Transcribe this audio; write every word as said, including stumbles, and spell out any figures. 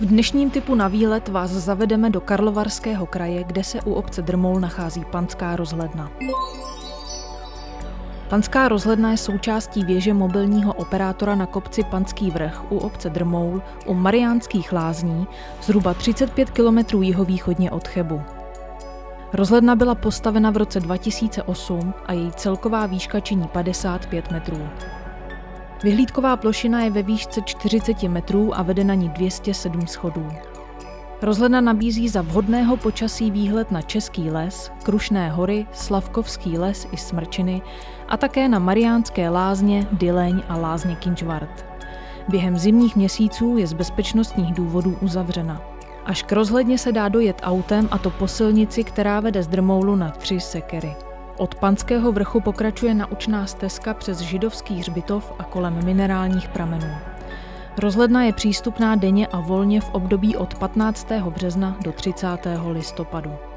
V dnešním typu na výlet vás zavedeme do Karlovarského kraje, kde se u obce Drmoul nachází Panská rozhledna. Panská rozhledna je součástí věže mobilního operátora na kopci Panský vrch u obce Drmoul u Mariánských Lázní, zhruba třicet pět kilometrů jihovýchodně od Chebu. Rozhledna byla postavena v roce dva tisíce osm a její celková výška činí padesát pět metrů. Vyhlídková plošina je ve výšce čtyřicet metrů a vede na ní dvě stě sedm schodů. Rozhledna nabízí za vhodného počasí výhled na Český les, Krušné hory, Slavkovský les i Smrčiny a také na Mariánské Lázně, Dyleň a Lázně Kynžvart. Během zimních měsíců je z bezpečnostních důvodů uzavřena. Až k rozhledně se dá dojet autem, a to po silnici, která vede z Drmoulu na Tři sekery. Od Panského vrchu pokračuje naučná stezka přes židovský hřbitov a kolem minerálních pramenů. Rozhledna je přístupná denně a volně v období od patnáctého března do třicátého listopadu.